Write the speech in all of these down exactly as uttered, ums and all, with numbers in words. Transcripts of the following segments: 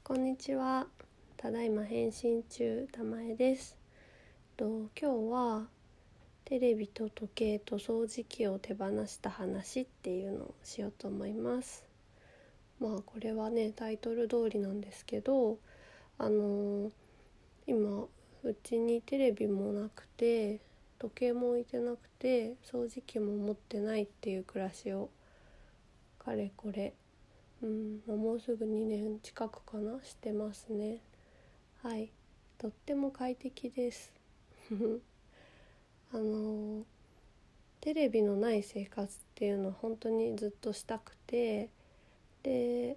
こんにちは。ただいま返信中、たまえです。と今日はテレビと時計と掃除機を手放した話っていうのをしようと思います。まあこれはねタイトル通りなんですけど、あのー、今うちにテレビもなくて時計も置いてなくて掃除機も持ってないっていう暮らしをかれこれうんまあ、もうすぐにねん近くかなしてますね。はい、とっても快適ですあのテレビのない生活っていうのは本当にずっとしたくて、で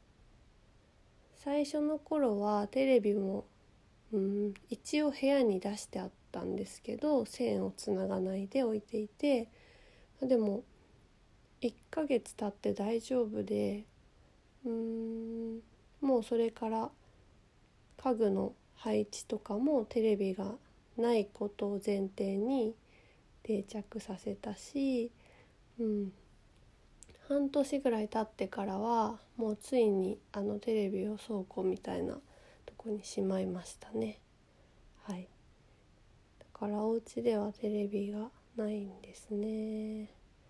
最初の頃はテレビも、うん、一応部屋に出してあったんですけど線をつながないで置いていて、でもいっかげつ経って大丈夫で、うーんもうそれから家具の配置とかもテレビがないことを前提に定着させたし、うん、半年ぐらい経ってからはもうついにあのテレビを倉庫みたいなとこにしまいましたね。はい、だからお家ではテレビがないんですね。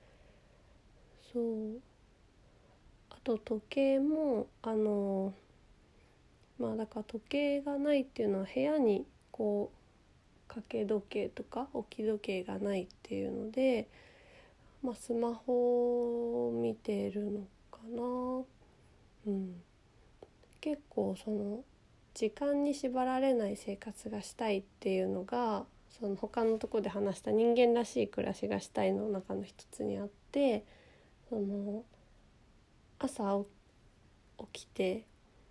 そうあと時計もあのまあだから時計がないっていうのは部屋にこう掛け時計とか置き時計がないっていうので、まあ、スマホを見てるのかな。うん、結構その時間に縛られない生活がしたいっていうのがその他のところで話した人間らしい暮らしがしたいの中の一つにあって、その朝起きて、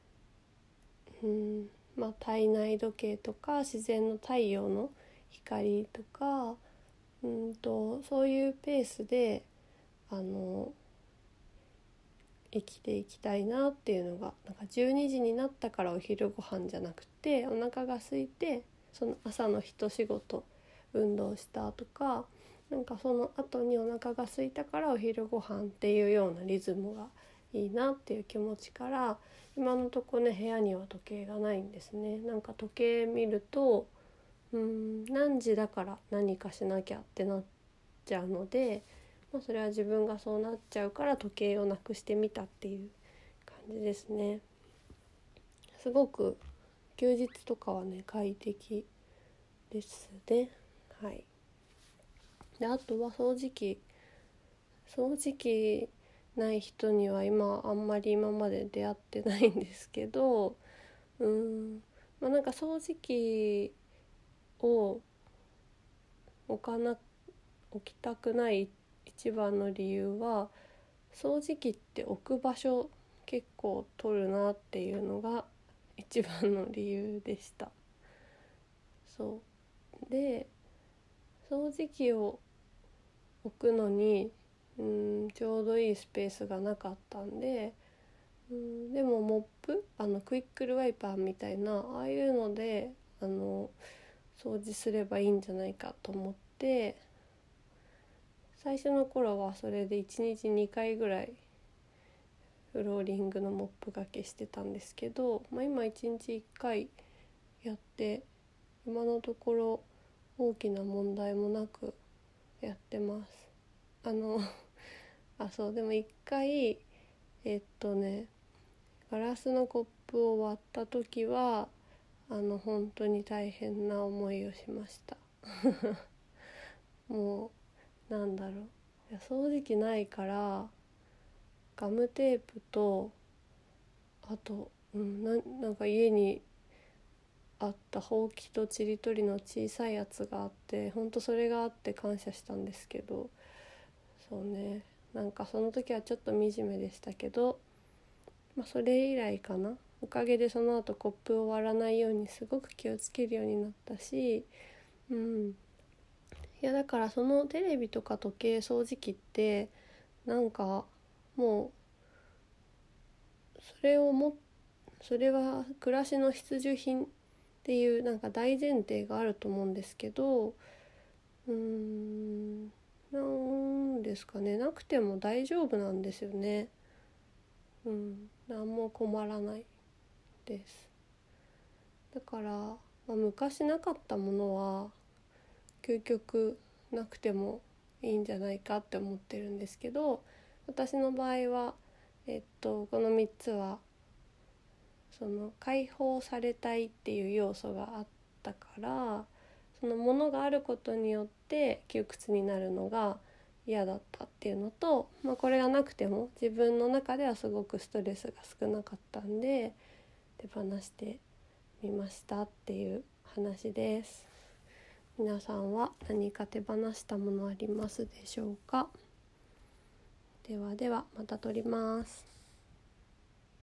うんまあ、体内時計とか自然の太陽の光とか、うんとそういうペースであの生きていきたいなっていうのが、なんかじゅうにじになったからお昼ご飯じゃなくて、お腹が空いてその朝の一仕事運動したとか、なんかその後にお腹が空いたからお昼ご飯っていうようなリズムがいいなっていう気持ちから、今のとこね部屋には時計がないんですね。なんか時計見るとうーん何時だから何かしなきゃってなっちゃうので、まあ、それは自分がそうなっちゃうから時計をなくしてみたっていう感じですね。すごく休日とかはね快適ですね。はい。であとは掃除機掃除機ない人には今あんまり今まで出会ってないんですけど、うーんまあなんか掃除機を置かな置きたくない一番の理由は、掃除機って置く場所結構取るなっていうのが一番の理由でした。そうで掃除機を置くのにうんちょうどいいスペースがなかったんで、うんでもモップあのクイックルワイパーみたいなああいうのであの掃除すればいいんじゃないかと思って、最初の頃はそれでいちにちにかいぐらいフローリングのモップがけしてたんですけど、まあ、今いちにちいっかいやって今のところ大きな問題もなくやってます。あのあそうでもいっかいえっとねガラスのコップを割った時はあの本当に大変な思いをしましたもうなんだろういや掃除機ないからガムテープとあと、うん、な, なんか家にあったほうきとちりとりの小さいやつがあって、ほんとそれがあって感謝したんですけど、そうねなんかその時はちょっと惨めでしたけど、まあ、それ以来かな、おかげでその後コップを割らないようにすごく気をつけるようになったし、うんいやだからそのテレビとか時計掃除機ってなんかもうそれをもそれは暮らしの必需品っていうなんか大前提があると思うんですけど、うーんなんですかね、なくても大丈夫なんですよね。うん何も困らないっです。だから、まあ、昔なかったものは究極なくてもいいんじゃないかって思ってるんですけど、私の場合はえっとこのみっつはその解放されたいっていう要素があったから、そのものがあることによって窮屈になるのが嫌だったっていうのと、まあ、これがなくても自分の中ではすごくストレスが少なかったんで手放してみましたっていう話です。皆さんは何か手放したものありますでしょうか。ではではまた撮ります。